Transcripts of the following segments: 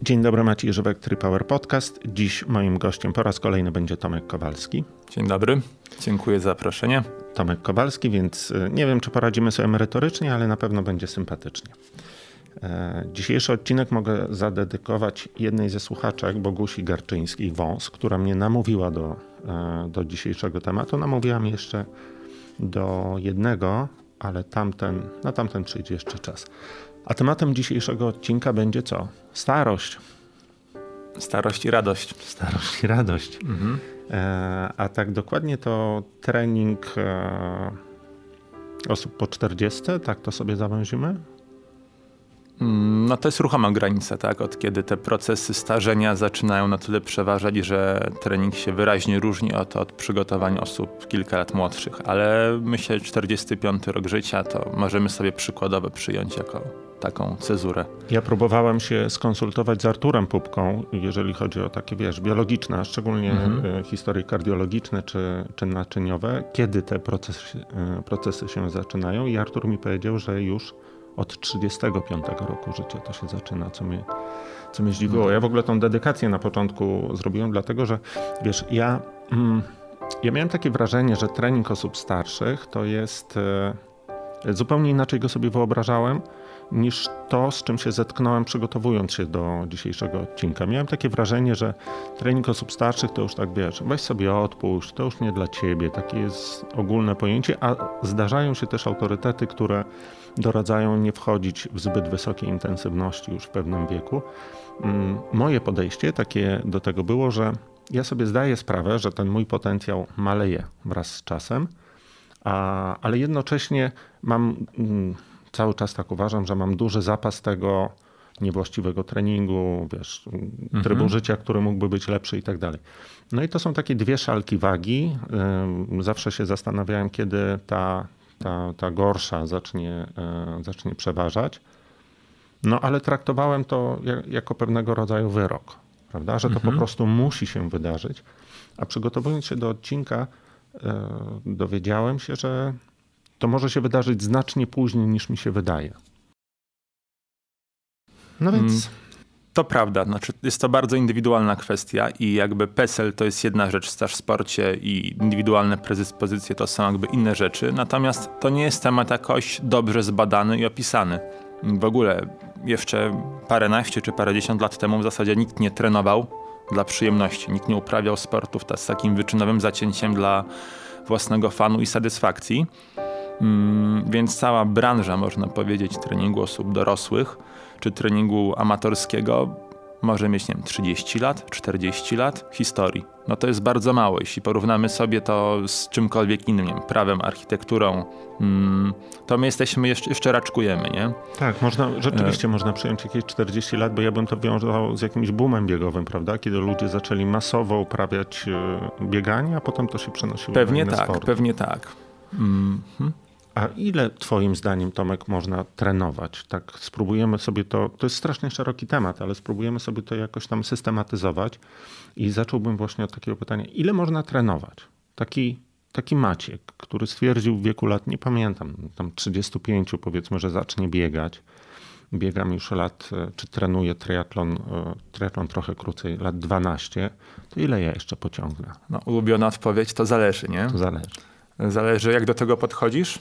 Dzień dobry, Maciej Żywek, Tripower Podcast. Dziś moim gościem po raz kolejny będzie Tomek Kowalski. Dzień dobry, dziękuję za zaproszenie. Tomek Kowalski, więc nie wiem, czy poradzimy sobie merytorycznie, ale na pewno będzie sympatycznie. Dzisiejszy odcinek mogę zadedykować jednej ze słuchaczek, Bogusi Garczyńskiej-Wąs, która mnie namówiła do dzisiejszego tematu. Namówiła mnie jeszcze do jednego, ale na tamten przyjdzie jeszcze czas. A tematem dzisiejszego odcinka będzie co? Starość. Starość i radość. Starość i radość. Mhm. A tak dokładnie to trening osób po 40, tak to sobie zawęzimy? No to jest ruchoma granica, tak? Od kiedy te procesy starzenia zaczynają na tyle przeważać, że trening się wyraźnie różni od przygotowań osób kilka lat młodszych. Ale myślę, że 45 rok życia to możemy sobie przykładowo przyjąć jako taką cezurę. Ja próbowałem się skonsultować z Arturem Pupką, jeżeli chodzi o takie, biologiczne, a szczególnie historie kardiologiczne czy naczyniowe, kiedy te procesy się zaczynają, i Artur mi powiedział, że już od 35 roku życia to się zaczyna, co mnie zdziwiło. Ja w ogóle tą dedykację na początku zrobiłem dlatego, że ja miałem takie wrażenie, że trening osób starszych to jest zupełnie inaczej go sobie wyobrażałem niż to, z czym się zetknąłem, przygotowując się do dzisiejszego odcinka. Miałem takie wrażenie, że trening osób starszych to już tak, weź sobie odpuść, to już nie dla ciebie. Takie jest ogólne pojęcie, a zdarzają się też autorytety, które doradzają nie wchodzić w zbyt wysokiej intensywności już w pewnym wieku. Moje podejście takie do tego było, że ja sobie zdaję sprawę, że ten mój potencjał maleje wraz z czasem, ale jednocześnie cały czas tak uważam, że mam duży zapas tego niewłaściwego treningu, trybu życia, który mógłby być lepszy i tak dalej. No i to są takie dwie szalki wagi. Zawsze się zastanawiałem, kiedy ta gorsza zacznie przeważać. No ale traktowałem to jako pewnego rodzaju wyrok, prawda? Że to po prostu musi się wydarzyć. A przygotowując się do odcinka, dowiedziałem się, że to może się wydarzyć znacznie później niż mi się wydaje. No więc... To prawda, jest to bardzo indywidualna kwestia i jakby PESEL to jest jedna rzecz, staż w sporcie i indywidualne predyspozycje to są jakby inne rzeczy, natomiast to nie jest temat jakoś dobrze zbadany i opisany. W ogóle jeszcze paręnaście czy parędziesiąt lat temu w zasadzie nikt nie trenował dla przyjemności, nikt nie uprawiał sportów z takim wyczynowym zacięciem dla własnego fanu i satysfakcji. Więc cała branża, można powiedzieć, treningu osób dorosłych czy treningu amatorskiego może mieć, 30 lat, 40 lat historii. No to jest bardzo mało. Jeśli porównamy sobie to z czymkolwiek innym, prawem, architekturą, to my jesteśmy jeszcze raczkujemy, nie? Tak, rzeczywiście można przyjąć jakieś 40 lat, bo ja bym to wiązał z jakimś boomem biegowym, prawda? Kiedy ludzie zaczęli masowo uprawiać bieganie, a potem to się przenosiło na inne sporty. Pewnie tak. A ile twoim zdaniem, Tomek, można trenować? Tak spróbujemy sobie to jest strasznie szeroki temat, ale spróbujemy sobie to jakoś tam systematyzować i zacząłbym właśnie od takiego pytania, ile można trenować? Taki Maciek, który stwierdził w wieku lat, nie pamiętam, tam 35 powiedzmy, że zacznie biegać. Biegam już czy trenuję triatlon trochę krócej, lat 12, to ile ja jeszcze pociągnę? No, ulubiona odpowiedź, to zależy, nie? To zależy. Zależy, jak do tego podchodzisz.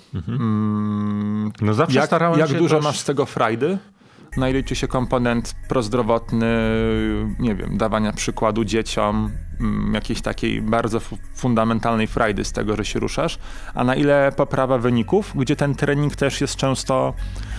No zawsze starałem jak się dużo masz z tego frajdy? Na ile liczy się komponent prozdrowotny, dawania przykładu dzieciom, jakiejś takiej bardzo fundamentalnej frajdy z tego, że się ruszasz, a na ile poprawa wyników, gdzie ten trening też jest często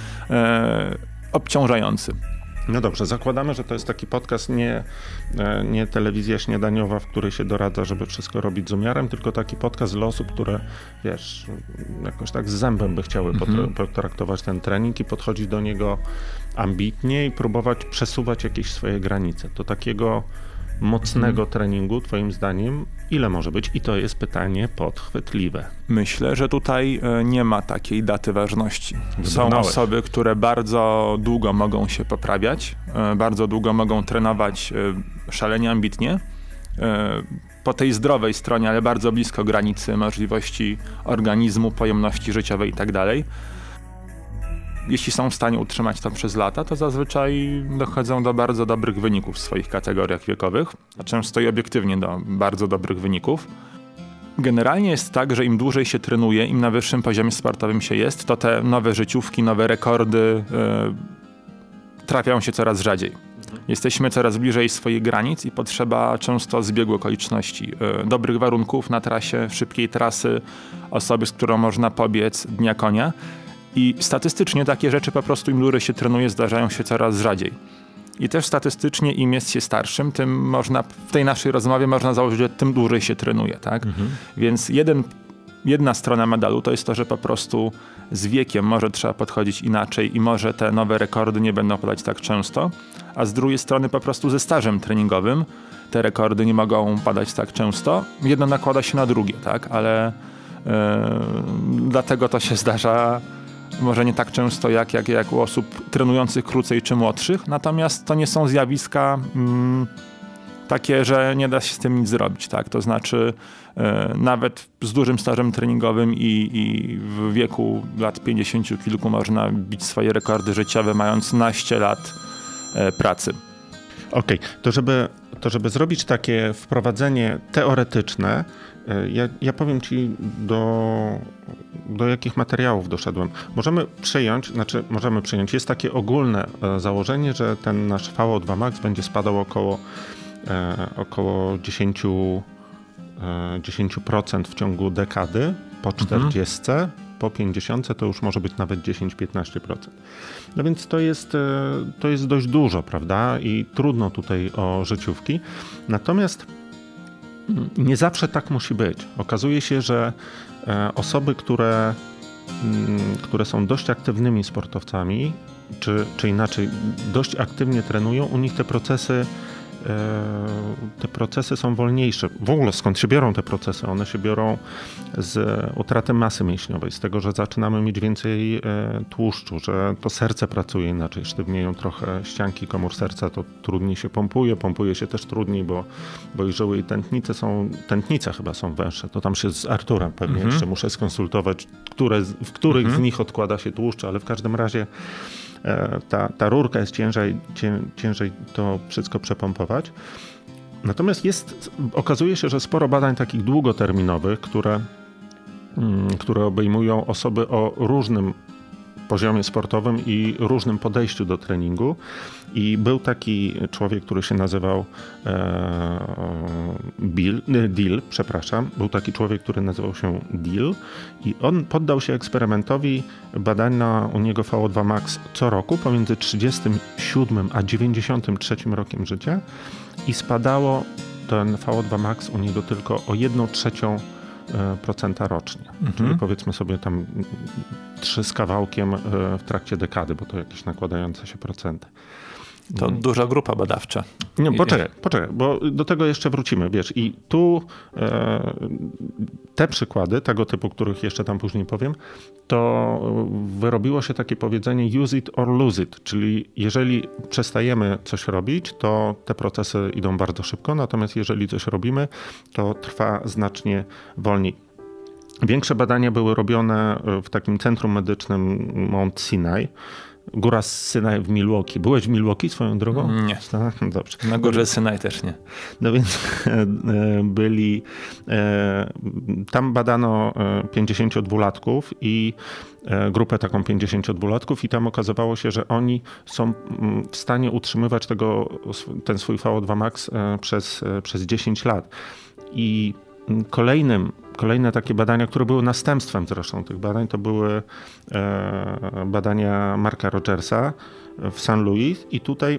obciążający. No dobrze, zakładamy, że to jest taki podcast, nie telewizja śniadaniowa, w której się doradza, żeby wszystko robić z umiarem, tylko taki podcast dla osób, które, jakoś tak z zębem by chciały potraktować ten trening i podchodzić do niego ambitnie i próbować przesuwać jakieś swoje granice. To takiego mocnego treningu, twoim zdaniem, ile może być? I to jest pytanie podchwytliwe. Myślę, że tutaj nie ma takiej daty ważności. Są osoby, które bardzo długo mogą się poprawiać, bardzo długo mogą trenować szalenie ambitnie, po tej zdrowej stronie, ale bardzo blisko granicy możliwości organizmu, pojemności życiowej i tak dalej. jeśli są w stanie utrzymać to przez lata, to zazwyczaj dochodzą do bardzo dobrych wyników w swoich kategoriach wiekowych, a często i obiektywnie do bardzo dobrych wyników. Generalnie jest tak, że im dłużej się trenuje, im na wyższym poziomie sportowym się jest, to te nowe życiówki, nowe rekordy trafiają się coraz rzadziej. Jesteśmy coraz bliżej swoich granic i potrzeba często zbiegu okoliczności, dobrych warunków na trasie, szybkiej trasy, osoby, z którą można pobiec dnia konia. I statystycznie takie rzeczy po prostu im dłużej się trenuje, zdarzają się coraz rzadziej. I też statystycznie im jest się starszym, tym można, w tej naszej rozmowie można założyć, że tym dłużej się trenuje, tak? Więc jedna strona medalu to jest to, że po prostu z wiekiem może trzeba podchodzić inaczej i może te nowe rekordy nie będą padać tak często, a z drugiej strony po prostu ze stażem treningowym te rekordy nie mogą padać tak często. Jedno nakłada się na drugie, tak? Ale dlatego to się zdarza może nie tak często jak u osób trenujących krócej czy młodszych, natomiast to nie są zjawiska takie, że nie da się z tym nic zrobić, tak? To znaczy nawet z dużym stażem treningowym i w wieku lat 50 kilku można bić swoje rekordy życiowe, mając naście lat pracy. Okej, to żeby zrobić takie wprowadzenie teoretyczne, ja powiem ci do jakich materiałów doszedłem. Możemy przyjąć, jest takie ogólne założenie, że ten nasz VO2 max będzie spadał około 10% w ciągu dekady, po 40, po 50 to już może być nawet 10-15%. No więc to jest dość dużo, prawda? I trudno tutaj o życiówki. Natomiast nie zawsze tak musi być. Okazuje się, że osoby, które są dość aktywnymi sportowcami, czy inaczej dość aktywnie trenują, u nich te procesy są wolniejsze. W ogóle skąd się biorą te procesy? One się biorą z utraty masy mięśniowej, z tego, że zaczynamy mieć więcej tłuszczu, że to serce pracuje inaczej, sztywnieją trochę ścianki komór serca, to trudniej się pompuje się też trudniej, bo i żyły i tętnice chyba są węższe. To tam się z Arturem pewnie jeszcze muszę skonsultować, w których z nich odkłada się tłuszcz, ale w każdym razie ta rurka jest ciężej to wszystko przepompować. Natomiast okazuje się, że sporo badań takich długoterminowych, które obejmują osoby o różnym poziomie sportowym i różnym podejściu do treningu. I był taki człowiek, który się nazywał Był taki człowiek, który nazywał się Dill i on poddał się eksperymentowi badania u niego VO2 max co roku pomiędzy 37 a 93 rokiem życia i spadało ten VO2 max u niego tylko o 1/3% rocznie. Czyli powiedzmy sobie tam 3 z kawałkiem w trakcie dekady, bo to jakieś nakładające się procenty. To duża grupa badawcza. Nie, poczekaj, bo do tego jeszcze wrócimy, wiesz. I tu te przykłady tego typu, których jeszcze tam później powiem, to wyrobiło się takie powiedzenie use it or lose it, czyli jeżeli przestajemy coś robić, to te procesy idą bardzo szybko, natomiast jeżeli coś robimy, to trwa znacznie wolniej. Większe badania były robione w takim centrum medycznym Mount Sinai. Góra Synaj w Milwaukee. Byłeś w Milwaukee swoją drogą? Nie. Dobrze. Na górze Synaj też nie. No więc tam badano 52-latków i grupę taką 52-latków i tam okazywało się, że oni są w stanie utrzymywać ten swój VO2 max przez 10 lat. I kolejne takie badania, które były następstwem zresztą tych badań, to były badania Marka Rogersa w St. Louis i tutaj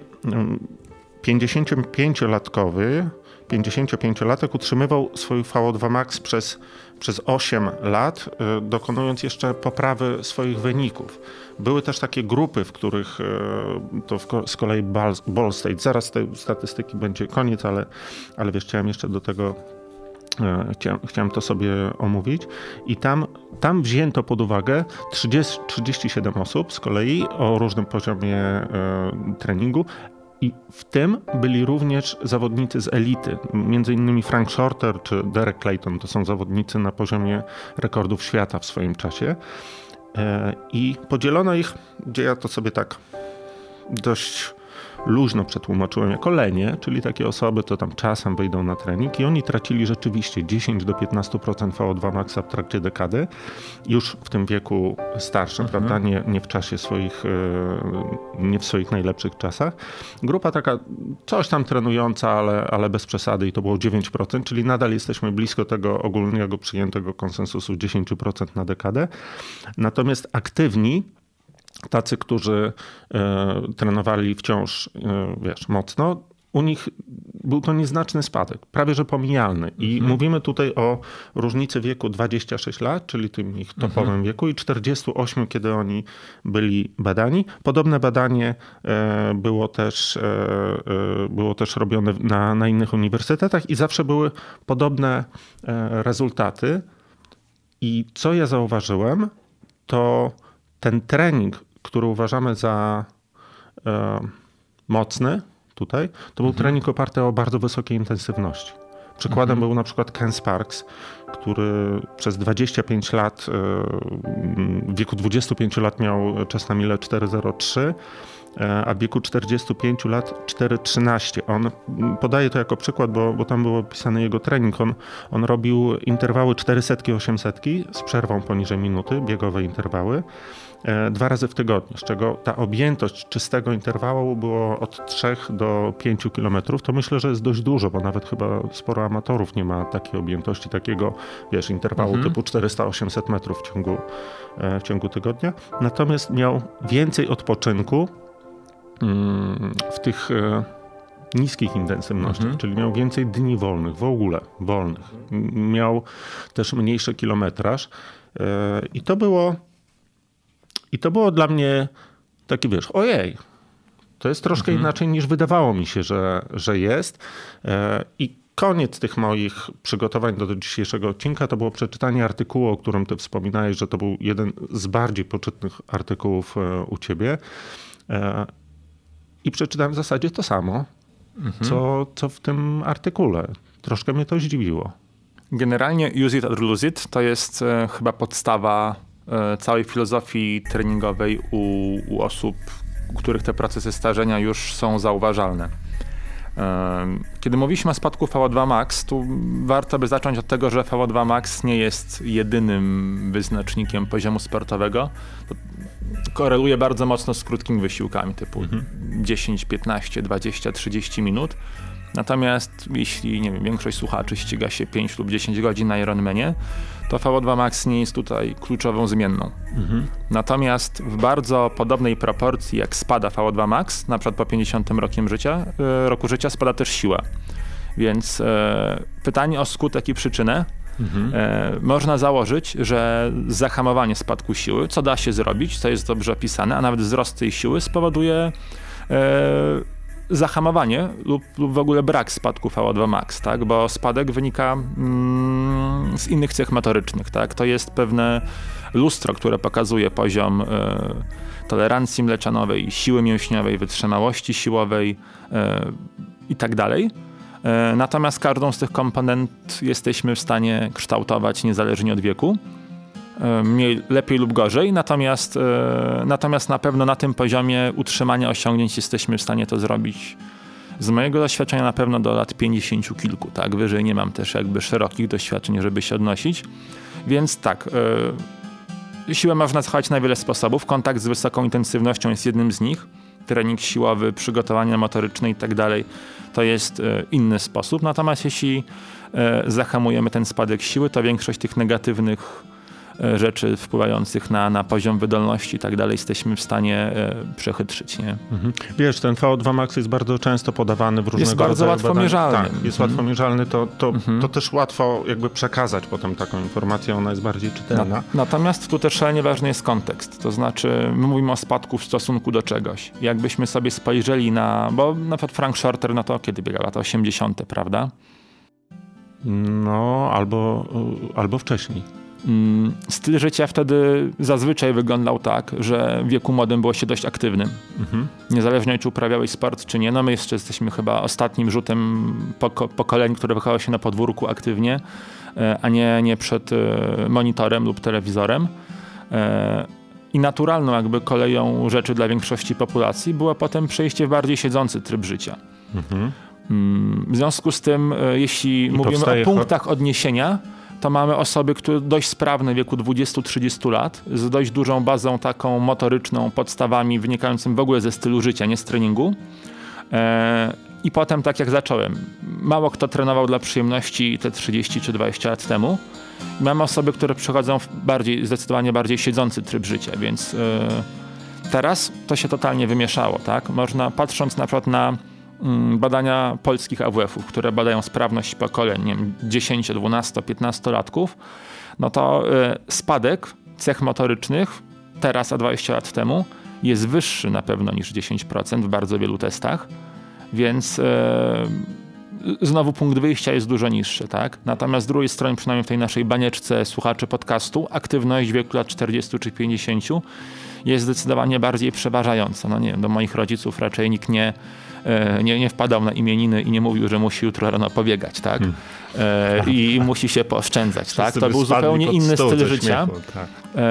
55-latek utrzymywał swój VO2 max przez 8 lat, dokonując jeszcze poprawy swoich wyników. Były też takie grupy, w których z kolei Ball State, zaraz tej statystyki będzie koniec, ale wiesz, chciałem jeszcze do tego chciałem to sobie omówić i tam wzięto pod uwagę 37 osób z kolei o różnym poziomie treningu i w tym byli również zawodnicy z elity, między innymi Frank Shorter czy Derek Clayton, to są zawodnicy na poziomie rekordów świata w swoim czasie. I podzielono ich, gdzie ja to sobie tak dość luźno przetłumaczyłem jako lenie, czyli takie osoby, to tam czasem wyjdą na trening i oni tracili rzeczywiście 10-15% VO2 maxa w trakcie dekady, już w tym wieku starszym, prawda, nie w czasie swoich, nie w swoich najlepszych czasach. Grupa taka coś tam trenująca, ale bez przesady i to było 9%, czyli nadal jesteśmy blisko tego ogólnego przyjętego konsensusu 10% na dekadę. Natomiast aktywni, tacy, którzy trenowali wciąż, mocno, u nich był to nieznaczny spadek, prawie że pomijalny. I mówimy tutaj o różnicy wieku 26 lat, czyli tym ich topowym wieku, i 48, kiedy oni byli badani. Podobne badanie było też robione na innych uniwersytetach i zawsze były podobne rezultaty. I co ja zauważyłem, to ten trening, który uważamy za mocny tutaj, to był trening oparty o bardzo wysokiej intensywności. Przykładem był na przykład Ken Sparks, który przez 25 lat, w wieku 25 lat miał czas na milę 4:03, a w wieku 45 lat 4:13. On podaje to jako przykład, bo tam był opisany jego trening. On robił interwały 400, 800 z przerwą poniżej minuty, biegowe interwały, 2 razy w tygodniu, z czego ta objętość czystego interwału było od 3 do 5 kilometrów. To myślę, że jest dość dużo, bo nawet chyba sporo amatorów nie ma takiej objętości, takiego, interwału typu 400-800 metrów w ciągu tygodnia. Natomiast miał więcej odpoczynku w tych niskich intensywnościach, czyli miał więcej dni wolnych, w ogóle wolnych. Miał też mniejszy kilometraż i to było dla mnie takie, ojej, to jest troszkę inaczej niż wydawało mi się, że jest. I koniec tych moich przygotowań do dzisiejszego odcinka to było przeczytanie artykułu, o którym ty wspominałeś, że to był jeden z bardziej poczytnych artykułów u ciebie. I przeczytałem w zasadzie to samo, co w tym artykule. Troszkę mnie to zdziwiło. Generalnie use it or lose it to jest chyba podstawa całej filozofii treningowej u osób, u których te procesy starzenia już są zauważalne. Kiedy mówiliśmy o spadku VO2 max, tu warto by zacząć od tego, że VO2 max nie jest jedynym wyznacznikiem poziomu sportowego. To koreluje bardzo mocno z krótkimi wysiłkami typu 10, 15, 20, 30 minut. Natomiast jeśli, większość słuchaczy ściga się 5 lub 10 godzin na Ironmanie, to VO2 max nie jest tutaj kluczową zmienną. Natomiast w bardzo podobnej proporcji jak spada VO2 max, na przykład po 50 roku życia spada też siła. Więc pytanie o skutek i przyczynę. Można założyć, że zahamowanie spadku siły, co da się zrobić, co jest dobrze opisane, a nawet wzrost tej siły spowoduje zahamowanie lub w ogóle brak spadku VO2 max, tak? Bo spadek wynika z innych cech motorycznych. Tak? To jest pewne lustro, które pokazuje poziom tolerancji mleczanowej, siły mięśniowej, wytrzymałości siłowej i tak dalej. Natomiast każdą z tych komponent jesteśmy w stanie kształtować niezależnie od wieku. Lepiej lub gorzej, natomiast na pewno na tym poziomie utrzymania osiągnięć jesteśmy w stanie to zrobić z mojego doświadczenia na pewno do lat 50 kilku, tak? Wyżej nie mam też jakby szerokich doświadczeń, żeby się odnosić. Więc tak, siłę można zachować na wiele sposobów. Kontakt z wysoką intensywnością jest jednym z nich. Trening siłowy, przygotowanie motoryczne i tak dalej, to jest inny sposób. Natomiast jeśli zahamujemy ten spadek siły, to większość tych negatywnych rzeczy wpływających na poziom wydolności i tak dalej jesteśmy w stanie przechytrzyć. Nie? Wiesz, ten VO2 max jest bardzo często podawany w różnego rodzaju badaniach. Jest bardzo łatwo mierzalny. Tak, jest łatwo mierzalny, to też łatwo jakby przekazać potem taką informację, ona jest bardziej czytelna. Natomiast tu też szalenie ważny jest kontekst, to znaczy my mówimy o spadku w stosunku do czegoś. Jakbyśmy sobie spojrzeli bo na przykład Frank Shorter, no to kiedy biegał? Lata 80, prawda? No, albo wcześniej. Styl życia wtedy zazwyczaj wyglądał tak, że w wieku młodym było się dość aktywnym. Niezależnie czy uprawiałeś sport, czy nie. No my jeszcze jesteśmy chyba ostatnim rzutem pokoleń, które wychowało się na podwórku aktywnie, a nie przed monitorem lub telewizorem. i naturalną jakby koleją rzeczy dla większości populacji było potem przejście w bardziej siedzący tryb życia. W związku z tym, jeśli mówimy o punktach odniesienia, to mamy osoby, które dość sprawne w wieku 20-30 lat, z dość dużą bazą taką motoryczną, podstawami wynikającymi w ogóle ze stylu życia, nie z treningu. I potem, tak jak zacząłem, mało kto trenował dla przyjemności te 30 czy 20 lat temu. Mamy osoby, które przychodzą w zdecydowanie bardziej siedzący tryb życia, więc teraz to się totalnie wymieszało, tak? Można, patrząc na przykład na badania polskich AWF-ów, które badają sprawność pokoleń, nie wiem, 10, 12, 15-latków, no to spadek cech motorycznych teraz, a 20 lat temu jest wyższy na pewno niż 10% w bardzo wielu testach, więc znowu punkt wyjścia jest dużo niższy, tak? Natomiast z drugiej strony, przynajmniej w tej naszej banieczce słuchaczy podcastu, aktywność w wieku lat 40 czy 50 jest zdecydowanie bardziej przeważająca. No nie wiem, do moich rodziców raczej nikt nie wpadał na imieniny i nie mówił, że musi jutro rano pobiegać, tak? I musi się pooszczędzać, tak? To był zupełnie inny styl życia. Tak.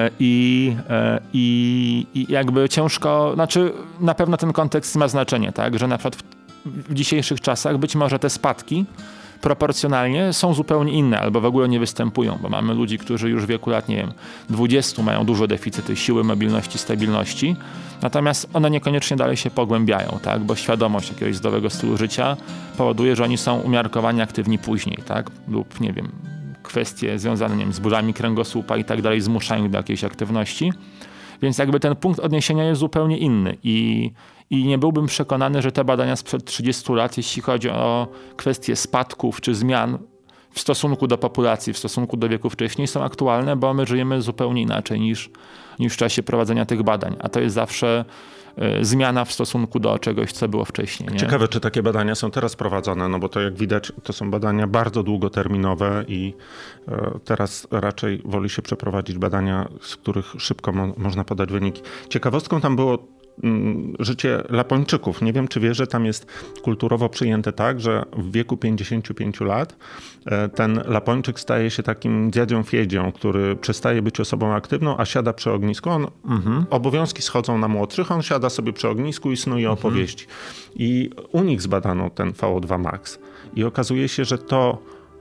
I jakby ciężko, znaczy na pewno ten kontekst ma znaczenie, tak? Że na przykład w dzisiejszych czasach być może te spadki proporcjonalnie są zupełnie inne albo w ogóle nie występują, bo mamy ludzi, którzy już w wieku lat, nie wiem, 20 mają dużo deficyty siły, mobilności, stabilności, natomiast one niekoniecznie dalej się pogłębiają, tak? Bo świadomość jakiegoś zdrowego stylu życia powoduje, że oni są umiarkowanie aktywni później, tak? Lub, nie wiem, kwestie związane, nie wiem, z bólami kręgosłupa i tak dalej zmuszają ich do jakiejś aktywności, więc jakby ten punkt odniesienia jest zupełnie inny i nie byłbym przekonany, że te badania sprzed 30 lat, jeśli chodzi o kwestie spadków czy zmian w stosunku do populacji, w stosunku do wieku wcześniej, są aktualne, bo my żyjemy zupełnie inaczej niż w czasie prowadzenia tych badań. A to jest zawsze zmiana w stosunku do czegoś, co było wcześniej. Nie? Ciekawe, czy takie badania są teraz prowadzone, no bo to jak widać, to są badania bardzo długoterminowe i teraz raczej woli się przeprowadzić badania, z których szybko można podać wyniki. Ciekawostką tam było życie Lapończyków. Nie wiem, czy wiesz, że tam jest kulturowo przyjęte tak, że w wieku 55 lat ten Lapończyk staje się takim dziadzią Fiedzią, który przestaje być osobą aktywną, a siada przy ognisku. Obowiązki schodzą na młodszych, on siada sobie przy ognisku i snuje opowieści. I u nich zbadano ten VO2 max. I okazuje się, że to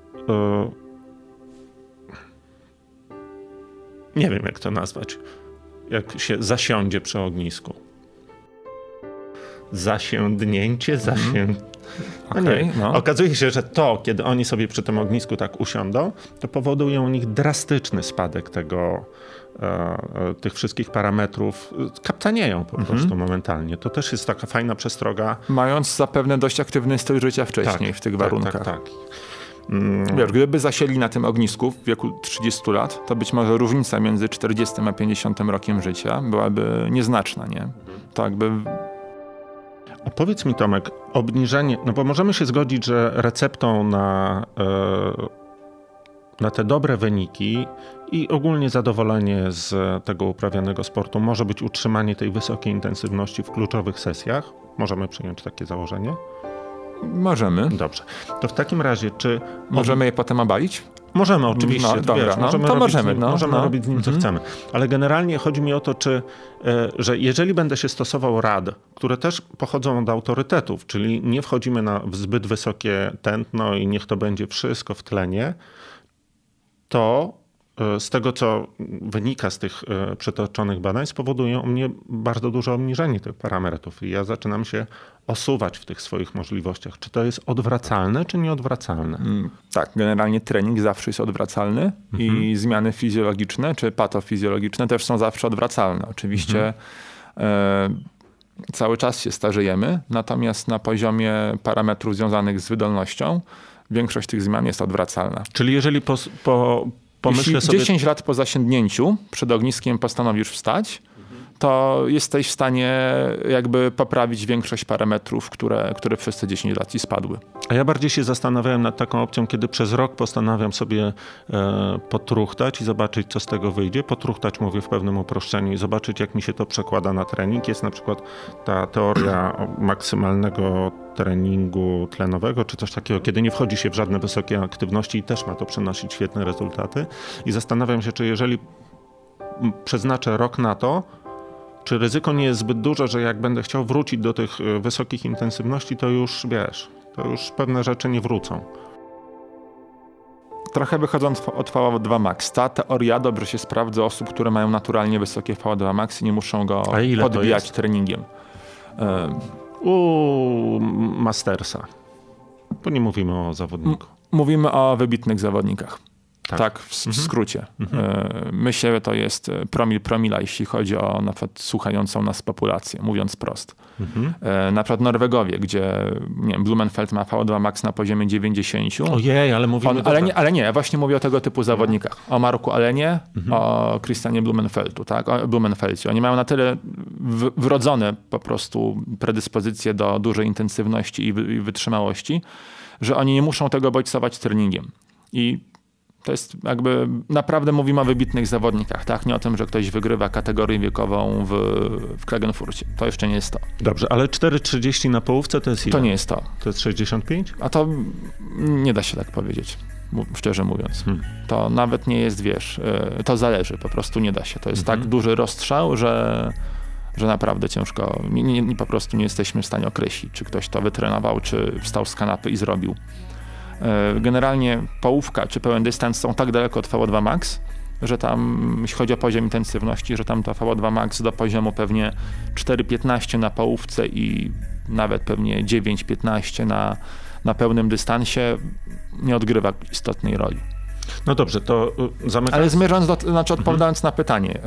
nie wiem, jak to nazwać, jak się zasiądzie przy ognisku. Zasiędnięcie. Okazuje się, że to, kiedy oni sobie przy tym ognisku tak usiądą, to powoduje u nich drastyczny spadek tych wszystkich parametrów. Kaptanieją po prostu momentalnie. To też jest taka fajna przestroga. Mając zapewne dość aktywny styl życia wcześniej w tych warunkach. Tak. Wiesz, gdyby zasiedli na tym ognisku w wieku 30 lat, to być może różnica między 40 a 50 rokiem życia byłaby nieznaczna, nie? To jakby... A powiedz mi, Tomek, obniżenie, no bo możemy się zgodzić, że receptą na te dobre wyniki i ogólnie zadowolenie z tego uprawianego sportu może być utrzymanie tej wysokiej intensywności w kluczowych sesjach. Możemy przyjąć takie założenie? Możemy. Dobrze. To w takim razie, czy... Możemy je potem obalić? Możemy, oczywiście. Możemy robić z nim, co chcemy. Ale generalnie chodzi mi o to, że jeżeli będę się stosował rad, które też pochodzą od autorytetów, czyli nie wchodzimy w zbyt wysokie tętno i niech to będzie wszystko w tlenie, to z tego, co wynika z tych przytoczonych badań, spowoduje u mnie bardzo duże obniżenie tych parametrów i ja zaczynam się osuwać w tych swoich możliwościach. Czy to jest odwracalne, czy nieodwracalne? Tak, generalnie trening zawsze jest odwracalny i zmiany fizjologiczne czy patofizjologiczne też są zawsze odwracalne. Oczywiście cały czas się starzejemy, natomiast na poziomie parametrów związanych z wydolnością większość tych zmian jest odwracalna. Czyli jeżeli jeśli 10 lat po zasiędnięciu przed ogniskiem postanowisz wstać, to jesteś w stanie jakby poprawić większość parametrów, które przez te 10 lat ci spadły. A ja bardziej się zastanawiałem nad taką opcją, kiedy przez rok postanawiam sobie potruchtać i zobaczyć, co z tego wyjdzie. Potruchtać mówię w pewnym uproszczeniu i zobaczyć, jak mi się to przekłada na trening. Jest na przykład ta teoria maksymalnego treningu tlenowego, czy coś takiego, kiedy nie wchodzi się w żadne wysokie aktywności i też ma to przynosić świetne rezultaty. I zastanawiam się, czy jeżeli przeznaczę rok na to, czy ryzyko nie jest zbyt duże, że jak będę chciał wrócić do tych wysokich intensywności, to już wiesz, to już pewne rzeczy nie wrócą. Trochę wychodząc od VO2 max, ta teoria dobrze się sprawdza osób, które mają naturalnie wysokie VO2 max i nie muszą go podbijać treningiem. U Mastersa. Bo nie mówimy o zawodniku. Mówimy o wybitnych zawodnikach. Tak w skrócie. Myślę, że to jest promila, jeśli chodzi o na przykład słuchającą nas populację, mówiąc prost. Na przykład Norwegowie, gdzie nie wiem, Blumenfeld ma VO2 max na poziomie 90. Ojej, ale mówimy... Ale nie, właśnie mówię o tego typu zawodnikach. O Marku Allenie, o Christianie Blumenfeldu, tak? O Blumenfeldzie. Oni mają na tyle wrodzone po prostu predyspozycje do dużej intensywności i wytrzymałości, że oni nie muszą tego bodźcować treningiem. I to jest jakby, naprawdę mówimy o wybitnych zawodnikach, tak? Nie o tym, że ktoś wygrywa kategorię wiekową w Klagenfurcie. To jeszcze nie jest to. Dobrze, ale 4,30 na połówce to jest ile? To nie jest to. To jest 65? A to nie da się tak powiedzieć, szczerze mówiąc. To nawet nie jest, wiesz, to zależy, po prostu nie da się. To jest tak duży rozstrzał, że naprawdę ciężko, po prostu nie jesteśmy w stanie określić, czy ktoś to wytrenował, czy wstał z kanapy i zrobił. Generalnie połówka czy pełen dystans są tak daleko od VO2 max, że tam, jeśli chodzi o poziom intensywności, że tam to VO2 max do poziomu pewnie 4,15 na połówce i nawet pewnie 9,15 na pełnym dystansie nie odgrywa istotnej roli. No dobrze, to zamykam. Ale zmierzając odpowiadając na pytanie,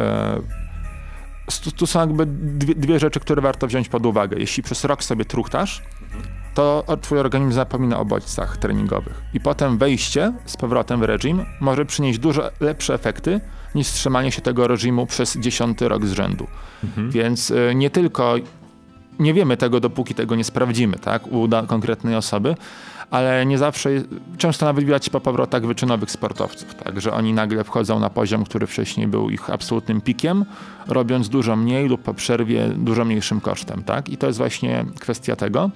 tu są jakby dwie rzeczy, które warto wziąć pod uwagę. Jeśli przez rok sobie truchtasz, to twój organizm zapomina o bodźcach treningowych. I potem wejście z powrotem w reżim może przynieść dużo lepsze efekty niż wstrzymanie się tego reżimu przez 10. rok z rzędu. Więc nie tylko, nie wiemy tego, dopóki tego nie sprawdzimy, tak, u konkretnej osoby, ale nie zawsze, często nawet widać po powrotach wyczynowych sportowców, tak, że oni nagle wchodzą na poziom, który wcześniej był ich absolutnym pikiem, robiąc dużo mniej lub po przerwie dużo mniejszym kosztem, tak, i to jest właśnie kwestia tego.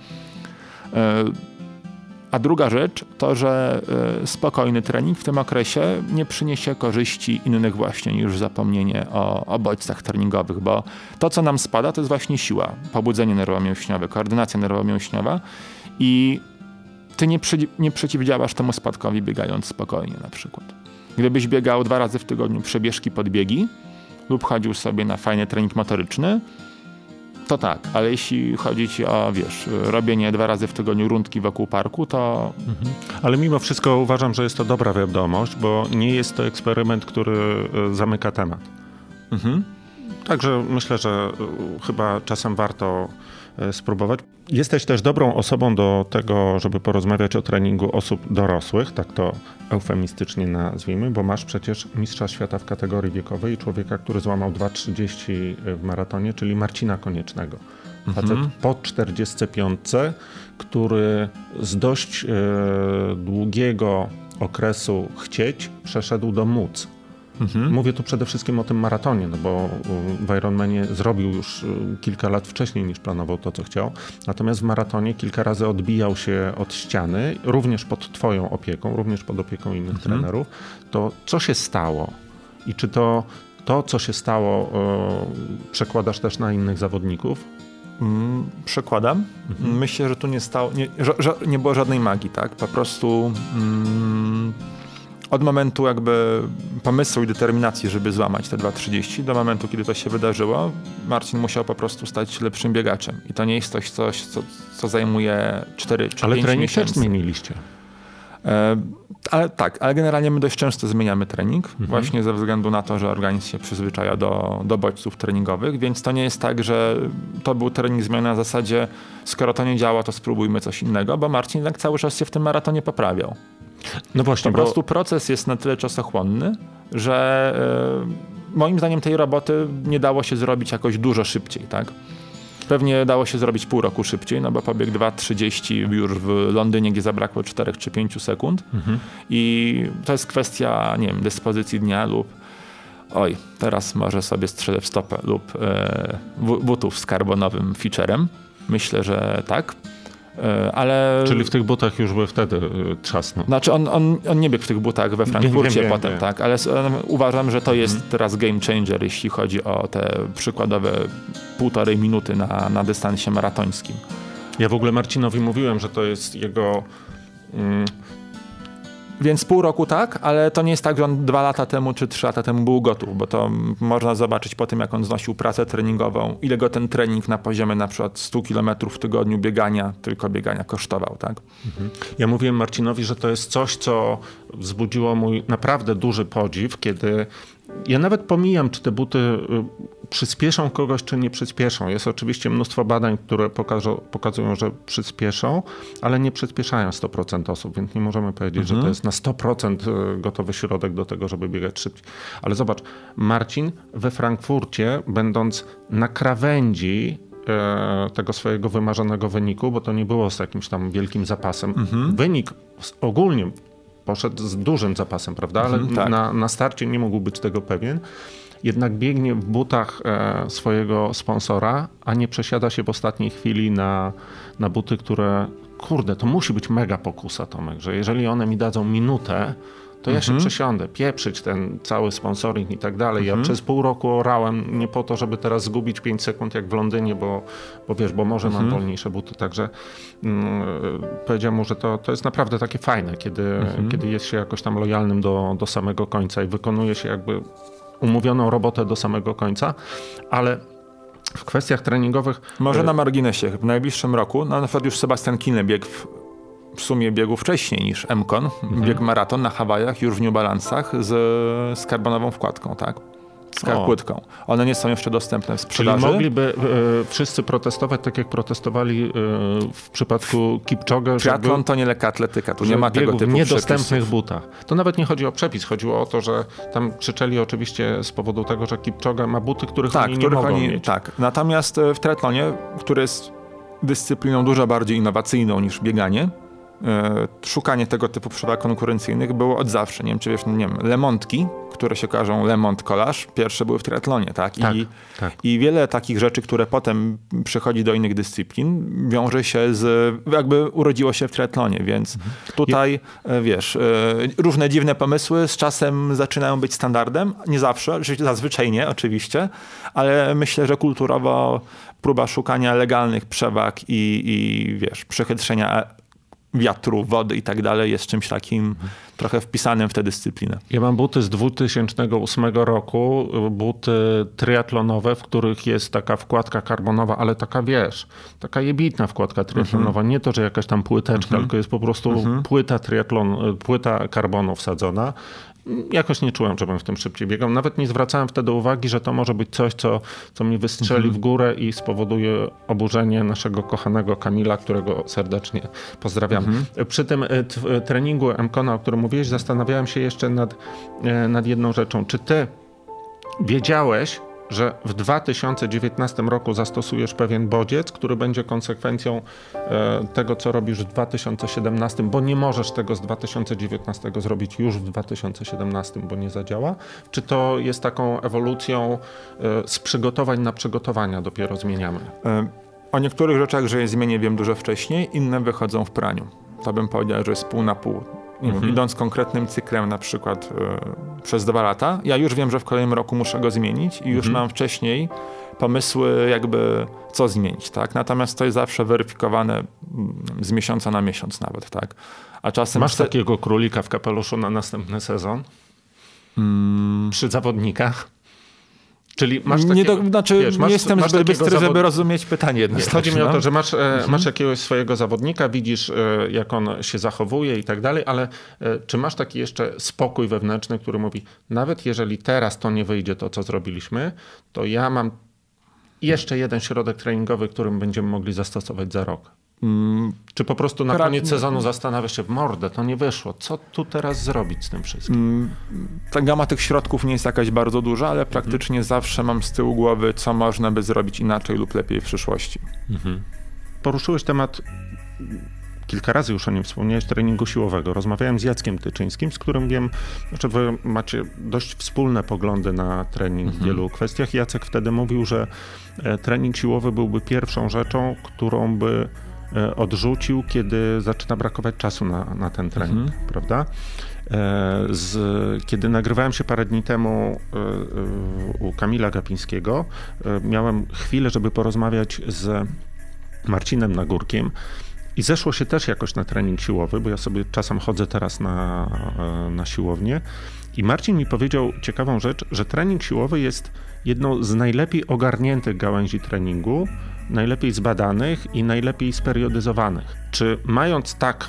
A druga rzecz to, że spokojny trening w tym okresie nie przyniesie korzyści innych właśnie niż zapomnienie o bodźcach treningowych, bo to, co nam spada, to jest właśnie siła, pobudzenie nerwowo-mięśniowe, koordynacja nerwowo-mięśniowa i ty nie przeciwdziałasz temu spadkowi biegając spokojnie na przykład. Gdybyś biegał 2 razy w tygodniu przebieszki, podbiegi lub chodził sobie na fajny trening motoryczny, to tak, ale jeśli chodzi ci o, wiesz, robienie 2 razy w tygodniu rundki wokół parku, to... Ale mimo wszystko uważam, że jest to dobra wiadomość, bo nie jest to eksperyment, który zamyka temat. Także myślę, że chyba czasem warto spróbować. Jesteś też dobrą osobą do tego, żeby porozmawiać o treningu osób dorosłych, tak to eufemistycznie nazwijmy, bo masz przecież mistrza świata w kategorii wiekowej i człowieka, który złamał 2,30 w maratonie, czyli Marcina Koniecznego. Facet po 45, który z dość długiego okresu chcieć przeszedł do móc. Mówię tu przede wszystkim o tym maratonie, no bo w Ironmanie zrobił już kilka lat wcześniej niż planował to, co chciał. Natomiast w maratonie kilka razy odbijał się od ściany, również pod twoją opieką, również pod opieką innych trenerów. To co się stało? I czy to co się stało, przekładasz też na innych zawodników? Przekładam. Myślę, że tu nie było żadnej magii, tak? Po prostu... Od momentu jakby pomysłu i determinacji, żeby złamać te 2,30 do momentu, kiedy to się wydarzyło, Marcin musiał po prostu stać się lepszym biegaczem. I to nie jest coś, co zajmuje 4 czy 5 miesięcy. Ale trening też zmieniliście. Ale generalnie my dość często zmieniamy trening, właśnie ze względu na to, że organizm się przyzwyczaja do bodźców treningowych, więc to nie jest tak, że to był trening zmiany na zasadzie, skoro to nie działa, to spróbujmy coś innego, bo Marcin tak cały czas się w tym maratonie poprawiał. No właśnie, po prostu proces jest na tyle czasochłonny, że moim zdaniem tej roboty nie dało się zrobić jakoś dużo szybciej, tak? Pewnie dało się zrobić pół roku szybciej, no bo pobiegł 2,30 już w Londynie, gdzie zabrakło 4 czy 5 sekund. I to jest kwestia, nie wiem, dyspozycji dnia lub teraz może sobie strzelę w stopę lub butów z karbonowym featurem. Myślę, że tak. Ale... Czyli w tych butach już by wtedy trzasnął. Znaczy on nie biegł w tych butach we Frankfurcie potem, wiem. tak, ale uważam, że to jest teraz game changer, jeśli chodzi o te przykładowe 1,5 minuty na dystansie maratońskim. Ja w ogóle Marcinowi mówiłem, że to jest jego... Więc pół roku tak, ale to nie jest tak, że on 2 lata temu czy 3 lata temu był gotów, bo to można zobaczyć po tym, jak on znosił pracę treningową, ile go ten trening na poziomie na przykład 100 km w tygodniu tylko biegania kosztował, tak? Ja mówiłem Marcinowi, że to jest coś, co wzbudziło mój naprawdę duży podziw, kiedy ja nawet pomijam, czy te buty przyspieszą kogoś, czy nie przyspieszą. Jest oczywiście mnóstwo badań, które pokazują, że przyspieszą, ale nie przyspieszają 100% osób, więc nie możemy powiedzieć, że to jest na 100% gotowy środek do tego, żeby biegać szybciej. Ale zobacz, Marcin we Frankfurcie, będąc na krawędzi tego swojego wymarzonego wyniku, bo to nie było z jakimś tam wielkim zapasem. Wynik ogólnie poszedł z dużym zapasem, prawda? Ale tak. na starcie nie mógł być tego pewien. Jednak biegnie w butach swojego sponsora, a nie przesiada się w ostatniej chwili na buty, które... Kurde, to musi być mega pokusa, Tomek, że jeżeli one mi dadzą minutę, to ja się przesiądę, pieprzyć ten cały sponsoring i tak dalej. Ja przez pół roku orałem nie po to, żeby teraz zgubić 5 sekund jak w Londynie, bo wiesz, bo może mam wolniejsze buty. Także powiedziałem mu, że to jest naprawdę takie fajne, kiedy jest się jakoś tam lojalnym do samego końca i wykonuje się jakby umówioną robotę do samego końca, ale w kwestiach treningowych... Może na marginesie, w najbliższym roku, na przykład już Sebastian Kienle biegł w sumie biegł wcześniej niż M-Con, biegł maraton na Hawajach, już w New Balance'ach z karbonową wkładką, tak? Z płytką. One nie są jeszcze dostępne w sprzedaży. Czyli mogliby wszyscy protestować tak, jak protestowali w przypadku Kipchoge. Triatlon to nie lekka atletyka, tu nie ma tego typu w niedostępnych przepisów. butach. To nawet nie chodzi o przepis, chodziło o to, że tam krzyczeli oczywiście z powodu tego, że Kipchoge ma buty, których oni nie mogą mieć. Tak, natomiast w triatlonie, który jest dyscypliną dużo bardziej innowacyjną niż bieganie, szukanie tego typu przewag konkurencyjnych było od zawsze. Nie wiem, czy wiesz, lemontki, które się kojarzą Lemont Collage, pierwsze były w triatlonie, tak? I wiele takich rzeczy, które potem przychodzi do innych dyscyplin, wiąże się jakby urodziło się w triatlonie, więc tutaj, wiesz, różne dziwne pomysły z czasem zaczynają być standardem, nie zawsze, zazwyczaj nie, oczywiście, ale myślę, że kulturowo próba szukania legalnych przewag i wiesz, przechytrzenia wiatru, wody i tak dalej jest czymś takim trochę wpisanym w tę dyscyplinę. Ja mam buty z 2008 roku, buty triatlonowe, w których jest taka wkładka karbonowa, ale taka, wiesz, taka jebitna wkładka triatlonowa. Nie to, że jakaś tam płyteczka, tylko jest po prostu płyta karbonu wsadzona. Jakoś nie czułem, żebym w tym szybciej biegał. Nawet nie zwracałem wtedy uwagi, że to może być coś, co mi wystrzeli w górę i spowoduje oburzenie naszego kochanego Kamila, którego serdecznie pozdrawiam. Przy tym treningu M-Cona, o którym mówiłeś, zastanawiałem się jeszcze nad jedną rzeczą. Czy ty wiedziałeś, że w 2019 roku zastosujesz pewien bodziec, który będzie konsekwencją tego, co robisz w 2017, bo nie możesz tego z 2019 zrobić już w 2017, bo nie zadziała? Czy to jest taką ewolucją z przygotowań na przygotowania dopiero zmieniamy? O niektórych rzeczach, że je zmienię, wiem dużo wcześniej, inne wychodzą w praniu. To bym powiedział, że jest pół na pół. Idąc konkretnym cyklem na przykład przez 2 lata, ja już wiem, że w kolejnym roku muszę go zmienić i już mam wcześniej pomysły jakby co zmienić, tak? Natomiast to jest zawsze weryfikowane z miesiąca na miesiąc nawet, tak? A czasem... Masz takiego królika w kapeluszu na następny sezon? Przy zawodnikach? Czyli masz takiego, nie jestem zbyt bystry, żeby rozumieć pytanie. Chodzi mi o to, że masz jakiegoś swojego zawodnika, widzisz, jak on się zachowuje i tak dalej, ale czy masz taki jeszcze spokój wewnętrzny, który mówi, nawet jeżeli teraz to nie wyjdzie, to co zrobiliśmy, to ja mam jeszcze jeden środek treningowy, którym będziemy mogli zastosować za rok? Czy po prostu na koniec sezonu zastanawiasz się, w mordę, to nie wyszło, co tu teraz zrobić z tym wszystkim? Ta gama tych środków nie jest jakaś bardzo duża, ale praktycznie zawsze mam z tyłu głowy, co można by zrobić inaczej lub lepiej w przyszłości. Poruszyłeś temat, kilka razy już o nim wspomniałeś, treningu siłowego. Rozmawiałem z Jackiem Tyczyńskim, z którym wiem, że wy macie dość wspólne poglądy na trening w wielu kwestiach. Jacek wtedy mówił, że trening siłowy byłby pierwszą rzeczą, którą by odrzucił, kiedy zaczyna brakować czasu na ten trening, prawda? Kiedy nagrywałem się parę dni temu u Kamila Gapińskiego, miałem chwilę, żeby porozmawiać z Marcinem Nagórkiem i zeszło się też jakoś na trening siłowy, bo ja sobie czasem chodzę teraz na siłownię i Marcin mi powiedział ciekawą rzecz, że trening siłowy jest jedną z najlepiej ogarniętych gałęzi treningu, najlepiej zbadanych i najlepiej speriodyzowanych. Czy mając tak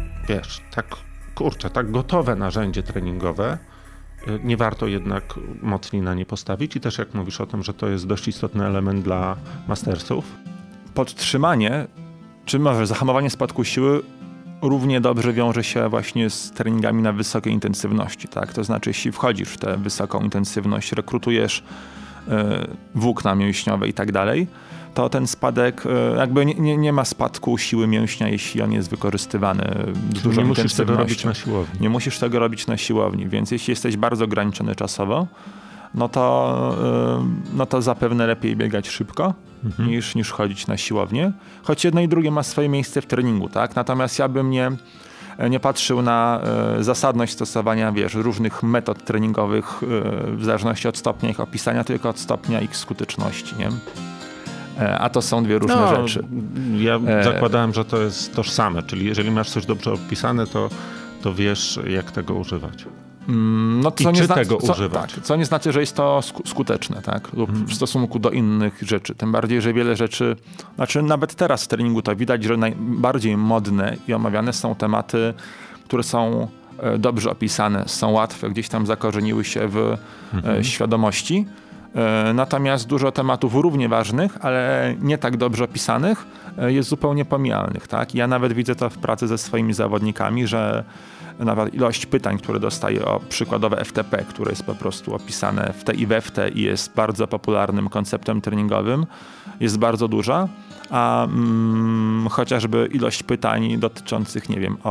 gotowe narzędzie treningowe, nie warto jednak mocniej na nie postawić? I też jak mówisz o tym, że to jest dość istotny element dla mastersów? Podtrzymanie, czy może zahamowanie spadku siły równie dobrze wiąże się właśnie z treningami na wysokiej intensywności, tak? To znaczy, jeśli wchodzisz w tę wysoką intensywność, rekrutujesz włókna mięśniowe i tak dalej, to ten spadek, jakby nie ma spadku siły mięśnia, jeśli on jest wykorzystywany z dużą intensywnością. Nie musisz tego robić na siłowni. Nie musisz tego robić na siłowni, więc jeśli jesteś bardzo ograniczony czasowo, no to zapewne lepiej biegać szybko niż chodzić na siłownię. Choć jedno i drugie ma swoje miejsce w treningu, tak? Natomiast ja bym nie patrzył na zasadność stosowania, różnych metod treningowych w zależności od stopnia ich opisania, tylko od stopnia ich skuteczności, nie? A to są dwie różne rzeczy. Ja zakładałem, że to jest tożsame, czyli jeżeli masz coś dobrze opisane, to wiesz, jak tego używać. No, tego używać. Tak, co nie znaczy, że jest to skuteczne, tak? Lub w stosunku do innych rzeczy. Tym bardziej, że wiele rzeczy, nawet teraz w treningu to widać, że najbardziej modne i omawiane są tematy, które są dobrze opisane, są łatwe, gdzieś tam zakorzeniły się w świadomości. Natomiast dużo tematów równie ważnych, ale nie tak dobrze opisanych, jest zupełnie pomijalnych, tak? Ja nawet widzę to w pracy ze swoimi zawodnikami, że nawet ilość pytań, które dostaję o przykładowe FTP, które jest po prostu opisane w te i we w te i jest bardzo popularnym konceptem treningowym, jest bardzo duża, a chociażby ilość pytań dotyczących, nie wiem,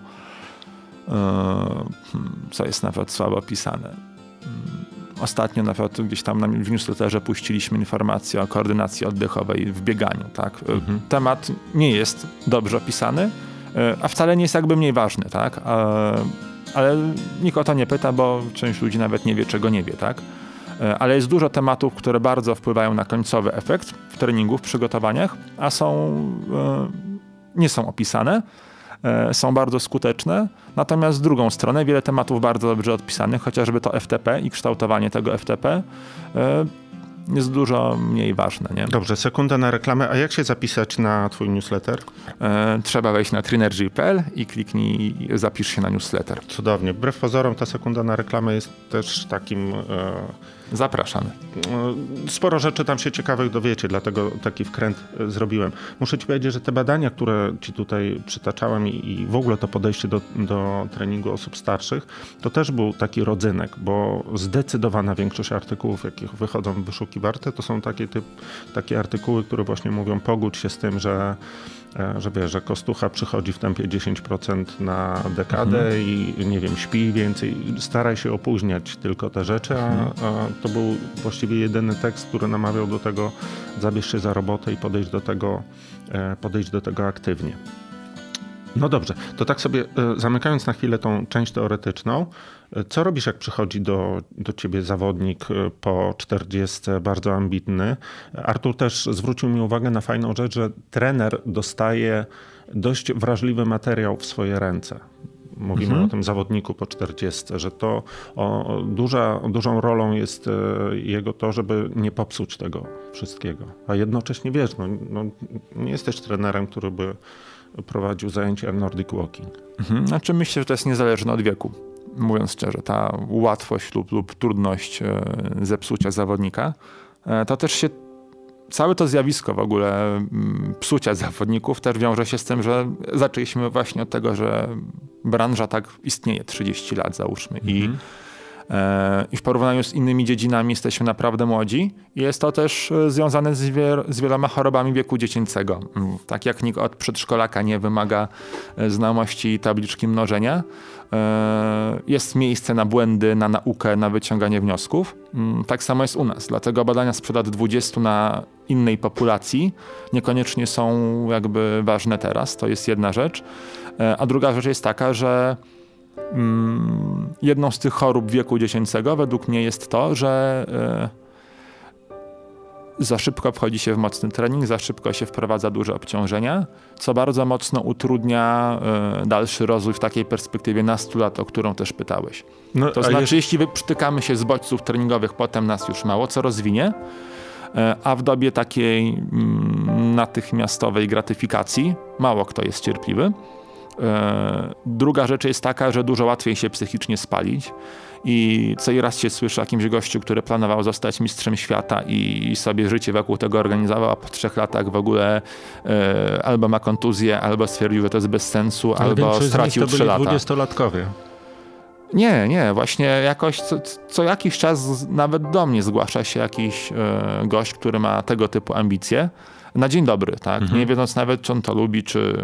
co jest nawet słabo opisane. Ostatnio nawet gdzieś tam w newsletterze puściliśmy informację o koordynacji oddechowej w bieganiu, tak? Temat nie jest dobrze opisany, a wcale nie jest jakby mniej ważny, tak? Ale nikt o to nie pyta, bo część ludzi nawet nie wie, czego nie wie, tak? Ale jest dużo tematów, które bardzo wpływają na końcowy efekt w treningu, w przygotowaniach, a nie są opisane, są bardzo skuteczne. Natomiast z drugą stronę wiele tematów bardzo dobrze odpisanych, chociażby to FTP i kształtowanie tego FTP jest dużo mniej ważne. Nie? Dobrze, sekunda na reklamę. A jak się zapisać na twój newsletter? Trzeba wejść na Trinergy.pl i kliknij, zapisz się na newsletter. Cudownie. Wbrew pozorom ta sekunda na reklamę jest też takim... Zapraszamy. Sporo rzeczy tam się ciekawych dowiecie, dlatego taki wkręt zrobiłem. Muszę ci powiedzieć, że te badania, które ci tutaj przytaczałem i w ogóle to podejście do treningu osób starszych, to też był taki rodzynek, bo zdecydowana większość artykułów, jakich wychodzą w wyszukiwarce, to są takie artykuły, które właśnie mówią, pogódź się z tym, że wiesz, że Kostucha przychodzi w tempie 10% na dekadę i nie wiem, śpi więcej, staraj się opóźniać tylko te rzeczy, a to był właściwie jedyny tekst, który namawiał do tego, zabierz się za robotę i podejść do tego aktywnie. No dobrze, to tak sobie zamykając na chwilę tą część teoretyczną, co robisz, jak przychodzi do ciebie zawodnik po 40, bardzo ambitny? Artur też zwrócił mi uwagę na fajną rzecz, że trener dostaje dość wrażliwy materiał w swoje ręce. Mówimy o tym zawodniku po 40, że to dużą rolą jest jego to, żeby nie popsuć tego wszystkiego. A jednocześnie wiesz, nie jesteś trenerem, który by prowadził zajęcia Nordic Walking. Znaczy myślę, że to jest niezależne od wieku. Mówiąc szczerze, ta łatwość lub trudność zepsucia zawodnika, to też się całe to zjawisko w ogóle psucia zawodników też wiąże się z tym, że zaczęliśmy właśnie od tego, że branża tak istnieje 30 lat załóżmy i w porównaniu z innymi dziedzinami jesteśmy naprawdę młodzi i jest to też związane z wieloma chorobami wieku dziecięcego. Tak jak nikt od przedszkolaka nie wymaga znajomości tabliczki mnożenia, jest miejsce na błędy, na naukę, na wyciąganie wniosków. Tak samo jest u nas. Dlatego badania sprzed lat 20 na innej populacji, niekoniecznie są jakby ważne teraz. To jest jedna rzecz. A druga rzecz jest taka, że jedną z tych chorób wieku dziecięcego według mnie jest to, że za szybko wchodzi się w mocny trening, za szybko się wprowadza duże obciążenia, co bardzo mocno utrudnia dalszy rozwój w takiej perspektywie nastu lat, o którą też pytałeś. No, to znaczy, jeśli przytykamy się z bodźców treningowych, potem nas już mało co rozwinie, a w dobie takiej natychmiastowej gratyfikacji mało kto jest cierpliwy. Druga rzecz jest taka, że dużo łatwiej się psychicznie spalić i co i raz się słyszy o jakimś gościu, który planował zostać mistrzem świata i sobie życie wokół tego organizował, a po 3 latach w ogóle albo ma kontuzję, albo stwierdził, że to jest bez sensu, ale albo stracił 3 lata. 20-latkowie. Nie, właśnie jakoś co jakiś czas nawet do mnie zgłasza się jakiś gość, który ma tego typu ambicje. Na dzień dobry, tak? Nie wiedząc nawet, czy on to lubi,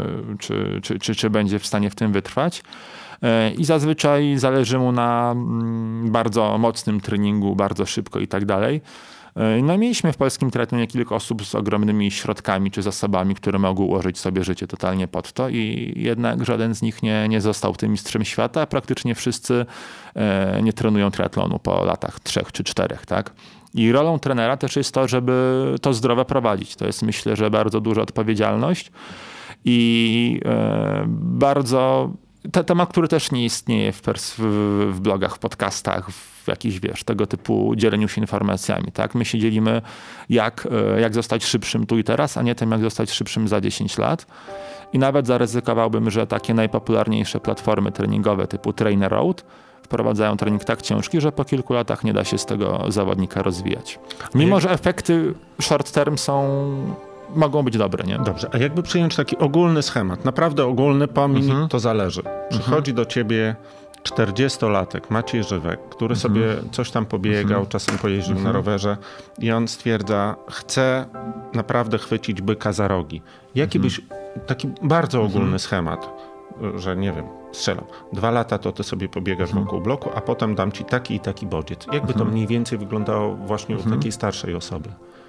czy będzie w stanie w tym wytrwać. I zazwyczaj zależy mu na bardzo mocnym treningu, bardzo szybko i tak dalej. No mieliśmy w polskim triatlonie kilka osób z ogromnymi środkami czy zasobami, które mogły ułożyć sobie życie totalnie pod to i jednak żaden z nich nie został tym mistrzem świata, a praktycznie wszyscy nie trenują triatlonu po latach 3 czy 4, tak? I rolą trenera też jest to, żeby to zdrowe prowadzić. To jest, myślę, że bardzo duża odpowiedzialność i bardzo temat, który też nie istnieje w blogach, w podcastach, w jakichś, tego typu dzieleniu się informacjami. Tak? My się dzielimy, jak zostać szybszym tu i teraz, a nie tym, jak zostać szybszym za 10 lat. I nawet zaryzykowałbym, że takie najpopularniejsze platformy treningowe typu Trainer Road wprowadzają trening tak ciężki, że po kilku latach nie da się z tego zawodnika rozwijać. Mimo, że efekty short term mogą być dobre, nie? Dobrze, a jakby przyjąć taki ogólny schemat, naprawdę ogólny, pomiń, to zależy. Przychodzi do ciebie 40-latek, Maciej Żywek, który sobie coś tam pobiegał, czasem pojeździł na rowerze i on stwierdza, chce naprawdę chwycić byka za rogi. Jaki byś, taki bardzo ogólny schemat, że nie wiem, strzelam, 2 lata to ty sobie pobiegasz wokół bloku, a potem dam ci taki i taki bodziec. Jakby to mniej więcej wyglądało właśnie u takiej starszej osoby?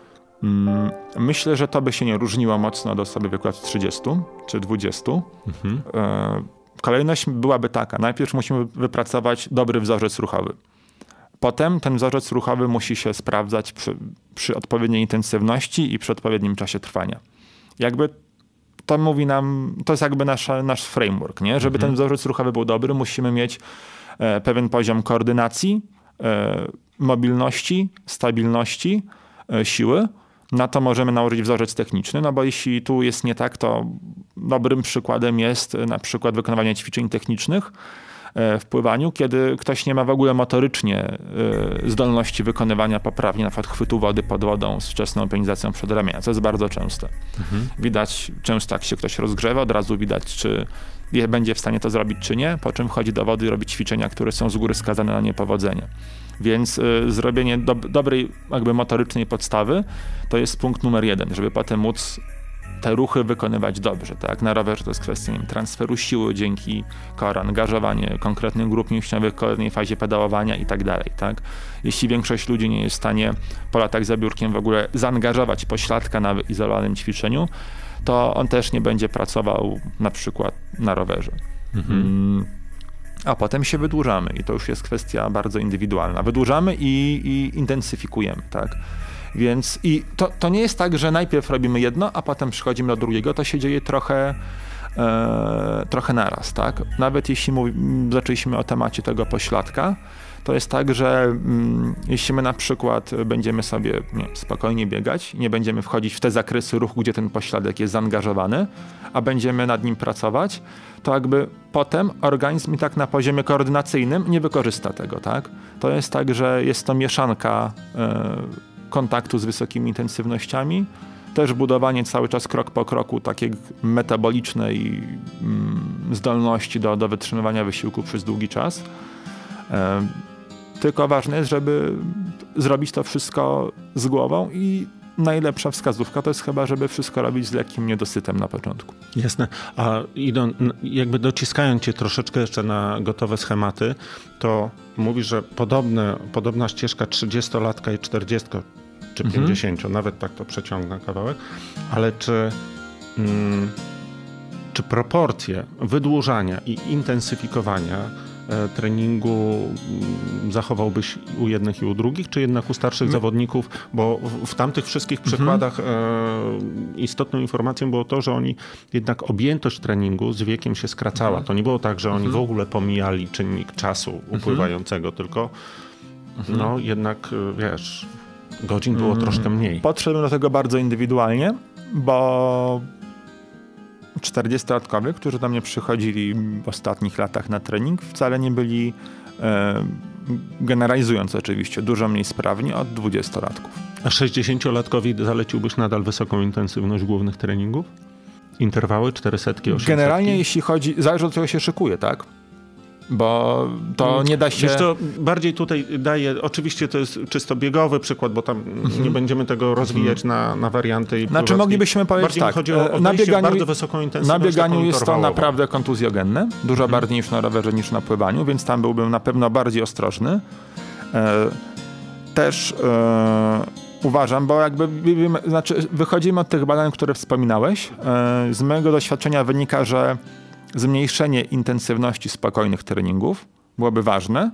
Myślę, że to by się nie różniło mocno od osoby w wieku lat 30 czy 20. Kolejność byłaby taka. Najpierw musimy wypracować dobry wzorzec ruchowy. Potem ten wzorzec ruchowy musi się sprawdzać przy odpowiedniej intensywności i przy odpowiednim czasie trwania. Jakby to mówi nam, to jest jakby nasz framework, nie? Żeby ten wzorzec ruchowy był dobry, musimy mieć pewien poziom koordynacji, mobilności, stabilności, siły. Na to możemy nałożyć wzorzec techniczny, no bo jeśli tu jest nie tak, to dobrym przykładem jest na przykład wykonywanie ćwiczeń technicznych w pływaniu, kiedy ktoś nie ma w ogóle motorycznie zdolności wykonywania poprawnie, na przykład chwytu wody pod wodą z wczesną pionizacją przedramienia, co jest bardzo częste. Widać często, jak się ktoś rozgrzewa, od razu widać, czy będzie w stanie to zrobić, czy nie, po czym wchodzi do wody i robi ćwiczenia, które są z góry skazane na niepowodzenie. Więc zrobienie dobrej jakby motorycznej podstawy to jest punkt numer 1, żeby potem móc te ruchy wykonywać dobrze. Tak? Na rowerze to jest kwestia transferu siły dzięki core, angażowanie konkretnych grup mięśniowych w kolejnej fazie pedałowania i tak dalej. Tak? Jeśli większość ludzi nie jest w stanie po latach za biurkiem w ogóle zaangażować pośladka na wyizolowanym ćwiczeniu, to on też nie będzie pracował na przykład na rowerze. A potem się wydłużamy i to już jest kwestia bardzo indywidualna. Wydłużamy i intensyfikujemy, tak? Więc i to nie jest tak, że najpierw robimy jedno, a potem przechodzimy do drugiego. To się dzieje trochę naraz, tak? Nawet jeśli zaczęliśmy o temacie tego pośladka, to jest tak, że jeśli my na przykład będziemy sobie spokojnie biegać, nie będziemy wchodzić w te zakresy ruchu, gdzie ten pośladek jest zaangażowany, a będziemy nad nim pracować, to jakby potem organizm i tak na poziomie koordynacyjnym nie wykorzysta tego, tak? To jest tak, że jest to mieszanka kontaktu z wysokimi intensywnościami, też budowanie cały czas krok po kroku takiej metabolicznej zdolności do wytrzymywania wysiłku przez długi czas. Tylko ważne jest, żeby zrobić to wszystko z głową i najlepsza wskazówka to jest chyba, żeby wszystko robić z lekkim niedosytem na początku. Jasne. A jakby dociskając cię troszeczkę jeszcze na gotowe schematy, to mówisz, że podobna ścieżka 30-latka i 40 czy 50, nawet tak to przeciągnę kawałek, ale czy proporcje wydłużania i intensyfikowania treningu zachowałbyś u jednych i u drugich, czy jednak u starszych zawodników? Bo w tamtych wszystkich przykładach istotną informacją było to, że oni jednak objętość treningu z wiekiem się skracała. To nie było tak, że oni w ogóle pomijali czynnik czasu upływającego, tylko no jednak, wiesz, godzin było troszkę mniej. Podszedłem do tego bardzo indywidualnie, bo 40-latkowie, którzy do mnie przychodzili w ostatnich latach na trening, wcale nie byli, generalizując oczywiście, dużo mniej sprawni od 20-latków. A 60-latkowi zaleciłbyś nadal wysoką intensywność głównych treningów? Interwały 400, 800? Generalnie jeśli chodzi, zależy od czego się szykuje, tak? Bo to nie da się... Wiesz co, bardziej tutaj daje, oczywiście to jest czysto biegowy przykład, bo tam nie będziemy tego rozwijać na warianty. Znaczy moglibyśmy powiedzieć tak, chodzi o na bieganiu, bardzo wysoką intensywność. Na bieganiu jest to naprawdę kontuzjogenne, dużo bardziej niż na rowerze, niż na pływaniu, więc tam byłbym na pewno bardziej ostrożny. Też uważam, bo jakby wychodzimy od tych badań, które wspominałeś. Z mojego doświadczenia wynika, że zmniejszenie intensywności spokojnych treningów byłoby ważne,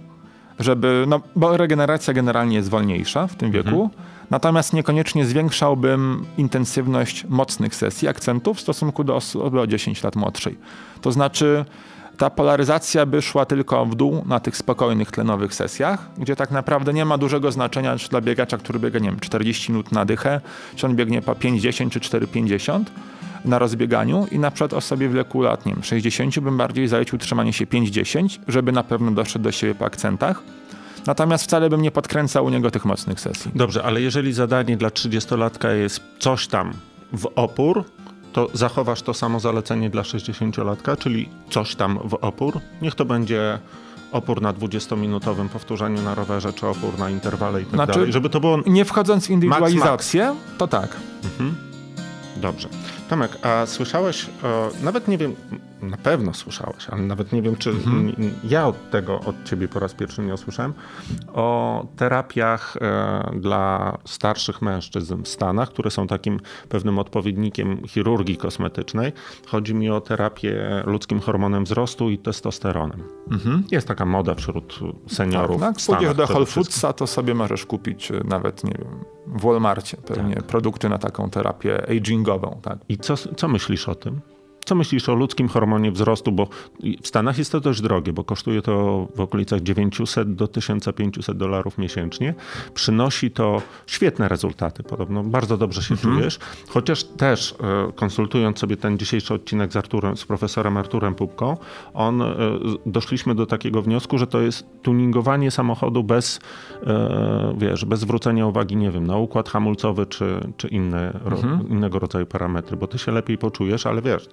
bo regeneracja generalnie jest wolniejsza w tym wieku, natomiast niekoniecznie zwiększałbym intensywność mocnych sesji, akcentów w stosunku do osoby o 10 lat młodszej. To znaczy ta polaryzacja by szła tylko w dół na tych spokojnych tlenowych sesjach, gdzie tak naprawdę nie ma dużego znaczenia czy dla biegacza, który biega, nie wiem, 40 minut na dychę, czy on biegnie po 5-10 czy 4-50 na rozbieganiu i na przykład osobie w wieku lat, nie wiem, 60 bym bardziej zalecił trzymanie się 5-10, żeby na pewno doszedł do siebie po akcentach. Natomiast wcale bym nie podkręcał u niego tych mocnych sesji. Dobrze, ale jeżeli zadanie dla 30-latka jest coś tam w opór, to zachowasz to samo zalecenie dla 60-latka, czyli coś tam w opór. Niech to będzie opór na 20-minutowym powtórzeniu na rowerze, czy opór na interwale i tak dalej. Żeby to było nie wchodząc w indywidualizację, to tak. Dobrze. Tomek, a słyszałeś, nawet nie wiem, na pewno słyszałeś, ale nawet nie wiem, czy ja od ciebie po raz pierwszy nie usłyszałem, o terapiach dla starszych mężczyzn w Stanach, które są takim pewnym odpowiednikiem chirurgii kosmetycznej. Chodzi mi o terapię ludzkim hormonem wzrostu i testosteronem. Jest taka moda wśród seniorów. Tak, pójdziesz do Whole Foodsa, to sobie możesz kupić nawet, nie wiem, w Walmarcie pewnie produkty na taką terapię agingową. Tak. I co myślisz o tym? Co myślisz o ludzkim hormonie wzrostu? Bo w Stanach jest to dość drogie, bo kosztuje to w okolicach $900 do $1500 miesięcznie. Przynosi to świetne rezultaty. Podobno bardzo dobrze się czujesz. Chociaż też konsultując sobie ten dzisiejszy odcinek z profesorem Arturem Pupką, doszliśmy do takiego wniosku, że to jest tuningowanie samochodu bez zwrócenia uwagi, nie wiem, na układ hamulcowy czy innego rodzaju parametry, bo ty się lepiej poczujesz, ale wiesz,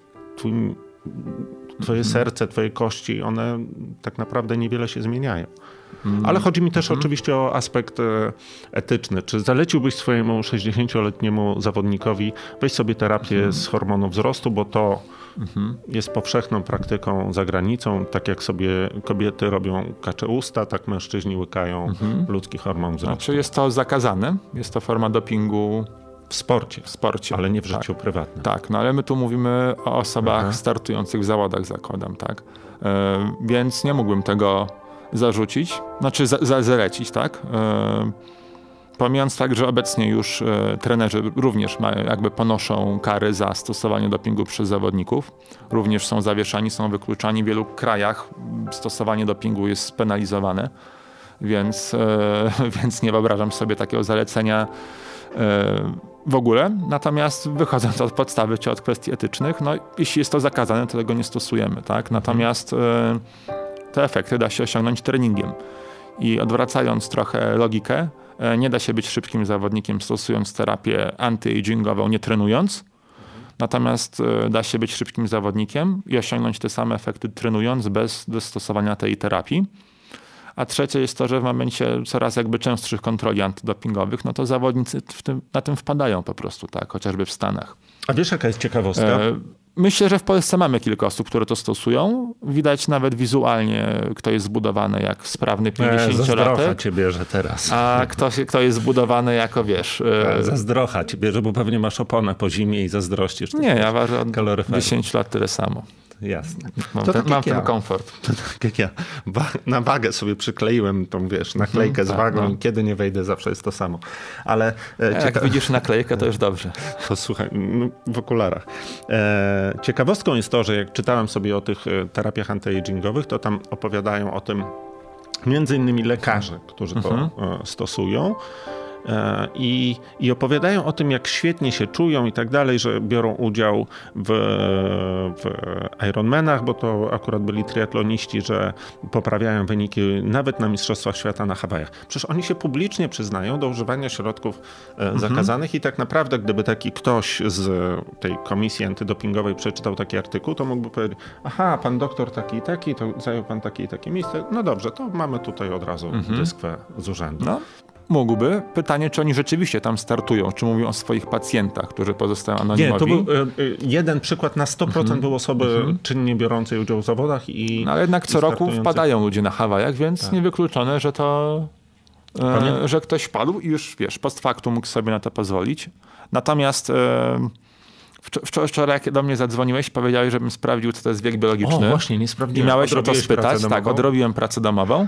twoje serce, twoje kości, one tak naprawdę niewiele się zmieniają. Ale chodzi mi też oczywiście o aspekt etyczny. Czy zaleciłbyś swojemu 60-letniemu zawodnikowi weź sobie terapię z hormonu wzrostu, bo to jest powszechną praktyką za granicą. Tak jak sobie kobiety robią kacze usta, tak mężczyźni łykają ludzki hormon wzrostu. Znaczy jest to zakazane, jest to forma dopingu w sporcie, ale nie w życiu prywatnym. Tak, no ale my tu mówimy o osobach startujących w zawodach, zakładam, tak? Więc nie mógłbym tego zarzucić, znaczy zalecić, tak? Pomijając tak, że obecnie już trenerzy również ponoszą kary za stosowanie dopingu przez zawodników. Również są zawieszani, są wykluczani. W wielu krajach stosowanie dopingu jest spenalizowane, więc nie wyobrażam sobie takiego zalecenia w ogóle. Natomiast wychodząc od podstawy czy od kwestii etycznych, no jeśli jest to zakazane, to tego nie stosujemy, tak? Natomiast te efekty da się osiągnąć treningiem. I odwracając trochę logikę, nie da się być szybkim zawodnikiem stosując terapię anty-agingową, nie trenując. Natomiast da się być szybkim zawodnikiem i osiągnąć te same efekty trenując bez stosowania tej terapii. A trzecie jest to, że w momencie coraz jakby częstszych kontroli antydopingowych, no to zawodnicy na tym wpadają po prostu, tak, chociażby w Stanach. A wiesz, jaka jest ciekawostka? Myślę, że w Polsce mamy kilka osób, które to stosują. Widać nawet wizualnie, kto jest zbudowany jak sprawny 50-latek. Zazdrocha cię bierze teraz. A kto jest zbudowany jako, wiesz... Zazdrocha cię bierze, bo pewnie masz oponę po zimie i zazdrościsz. Nie, ja ważę od 10 lat tyle samo. Jasne. Mam ten komfort. To tak jak ja na wagę sobie przykleiłem tą, wiesz, naklejkę z wagą i kiedy nie wejdę, zawsze jest to samo. Ale jak widzisz naklejkę, to już dobrze. Posłuchaj, w okularach. Ciekawostką jest to, że jak czytałem sobie o tych terapiach antyagingowych, to tam opowiadają o tym między innymi lekarze, którzy to stosują. I opowiadają o tym, jak świetnie się czują i tak dalej, że biorą udział w Ironmanach, bo to akurat byli triatloniści, że poprawiają wyniki nawet na Mistrzostwach Świata na Hawajach. Przecież oni się publicznie przyznają do używania środków zakazanych i tak naprawdę, gdyby taki ktoś z tej komisji antydopingowej przeczytał taki artykuł, to mógłby powiedzieć, aha, pan doktor taki i taki, to zajął pan takie i takie miejsce. No dobrze, to mamy tutaj od razu dyskwę z urzędu. No. Mógłby. Pytanie, czy oni rzeczywiście tam startują, czy mówią o swoich pacjentach, którzy pozostają anonimowi. Nie, to był jeden przykład na 100% był osoby czynnie biorącej udział w zawodach. Ale jednak co roku wpadają ludzie na Hawajach, więc niewykluczone, że to że ktoś wpadł i już, wiesz, post factum mógł sobie na to pozwolić. Natomiast wczoraj jak do mnie zadzwoniłeś, powiedziałeś, żebym sprawdził, co to jest wiek biologiczny. O, właśnie, nie sprawdziłem. I miałeś o to spytać. Tak, odrobiłem pracę domową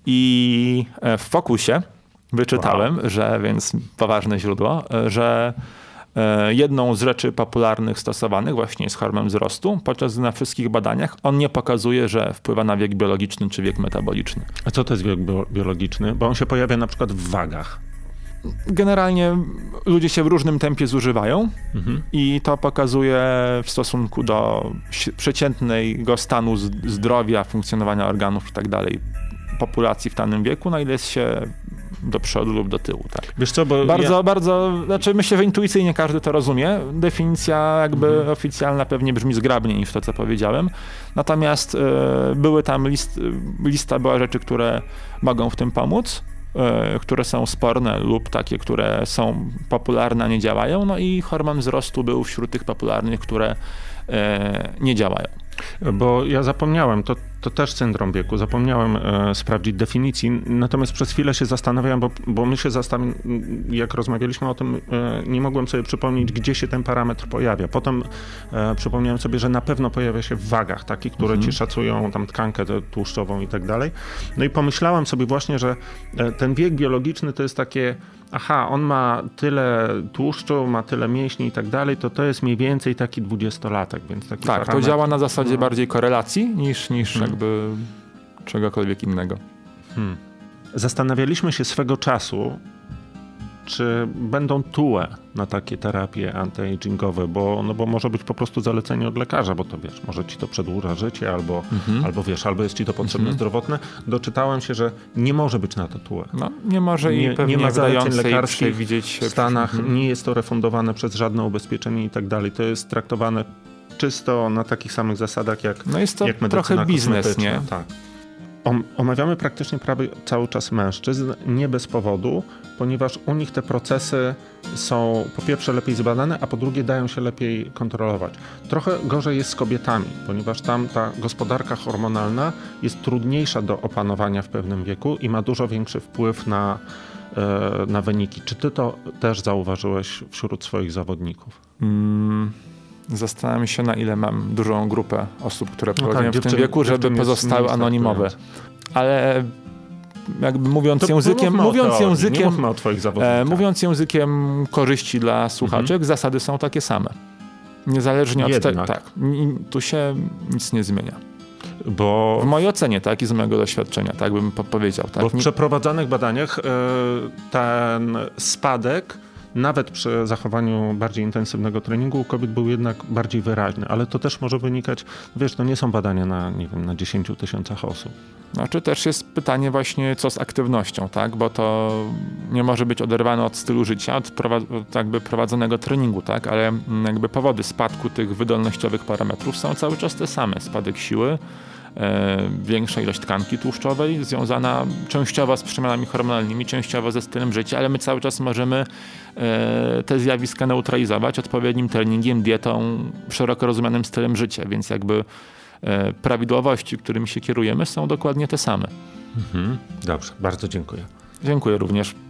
i w Focusie wyczytałem, więc poważne źródło, że jedną z rzeczy popularnych stosowanych właśnie jest hormon wzrostu, podczas gdy na wszystkich badaniach on nie pokazuje, że wpływa na wiek biologiczny czy wiek metaboliczny. A co to jest wiek biologiczny? Bo on się pojawia na przykład w wagach. Generalnie ludzie się w różnym tempie zużywają i to pokazuje w stosunku do przeciętnego stanu zdrowia, funkcjonowania organów i tak dalej populacji w danym wieku, na ile jest się do przodu lub do tyłu, tak. Wiesz co, bo znaczy myślę, że intuicyjnie każdy to rozumie. Definicja jakby oficjalna pewnie brzmi zgrabniej niż to, co powiedziałem. Natomiast były tam lista była rzeczy, które mogą w tym pomóc, które są sporne lub takie, które są popularne, a nie działają. No i hormon wzrostu był wśród tych popularnych, które nie działają. Bo ja zapomniałem, to też syndrom wieku, zapomniałem sprawdzić definicji, natomiast przez chwilę się zastanawiałem, bo my się jak rozmawialiśmy o tym, nie mogłem sobie przypomnieć, gdzie się ten parametr pojawia. Potem przypomniałem sobie, że na pewno pojawia się w wagach, takich, które ci szacują tam tkankę tłuszczową i tak dalej. No i pomyślałem sobie właśnie, że ten wiek biologiczny to jest takie, aha, on ma tyle tłuszczu, ma tyle mięśni i tak dalej, to jest mniej więcej taki 20-latek, więc taki parametr. To działa na zasadzie bardziej korelacji niż jakby czegokolwiek innego. Zastanawialiśmy się swego czasu, czy będą TUE na takie terapie antyagingowe, bo może być po prostu zalecenie od lekarza, bo to wiesz, może ci to przedłuża życie, albo jest ci to potrzebne zdrowotne. Doczytałem się, że nie może być na to TUE. No, nie może i pewnie nie ma zaleceń lekarskich widzieć w Stanach, nie jest to refundowane przez żadne ubezpieczenie i tak dalej. To jest traktowane czysto na takich samych zasadach jak no jest to jak medycyna trochę biznes, nie? Tak. Omawiamy praktycznie prawie cały czas mężczyzn, nie bez powodu, ponieważ u nich te procesy są po pierwsze lepiej zbadane, a po drugie dają się lepiej kontrolować. Trochę gorzej jest z kobietami, ponieważ tam ta gospodarka hormonalna jest trudniejsza do opanowania w pewnym wieku i ma dużo większy wpływ na wyniki. Czy ty to też zauważyłeś wśród swoich zawodników? Zastanawiam się, na ile mam dużą grupę osób, które prowadzą w tym wieku, żeby pozostały anonimowe. Ale jakby mówiąc językiem korzyści dla słuchaczek, zasady są takie same. Niezależnie od tego. Tak, tu się nic nie zmienia. Bo w mojej ocenie, tak, i z mojego doświadczenia, tak bym powiedział. Tak? Bo w przeprowadzanych badaniach ten spadek nawet przy zachowaniu bardziej intensywnego treningu u kobiet był jednak bardziej wyraźny, ale to też może wynikać, wiesz, to nie są badania na 10 000 osób. Znaczy też jest pytanie właśnie, co z aktywnością, tak, bo to nie może być oderwane od stylu życia, od jakby prowadzonego treningu, tak, ale jakby powody spadku tych wydolnościowych parametrów są cały czas te same. Spadek siły, większa ilość tkanki tłuszczowej, związana częściowo z przemianami hormonalnymi, częściowo ze stylem życia, ale my cały czas możemy te zjawiska neutralizować odpowiednim treningiem, dietą, szeroko rozumianym stylem życia, więc jakby prawidłowości, którymi się kierujemy, są dokładnie te same. Dobrze, bardzo dziękuję. Dziękuję również.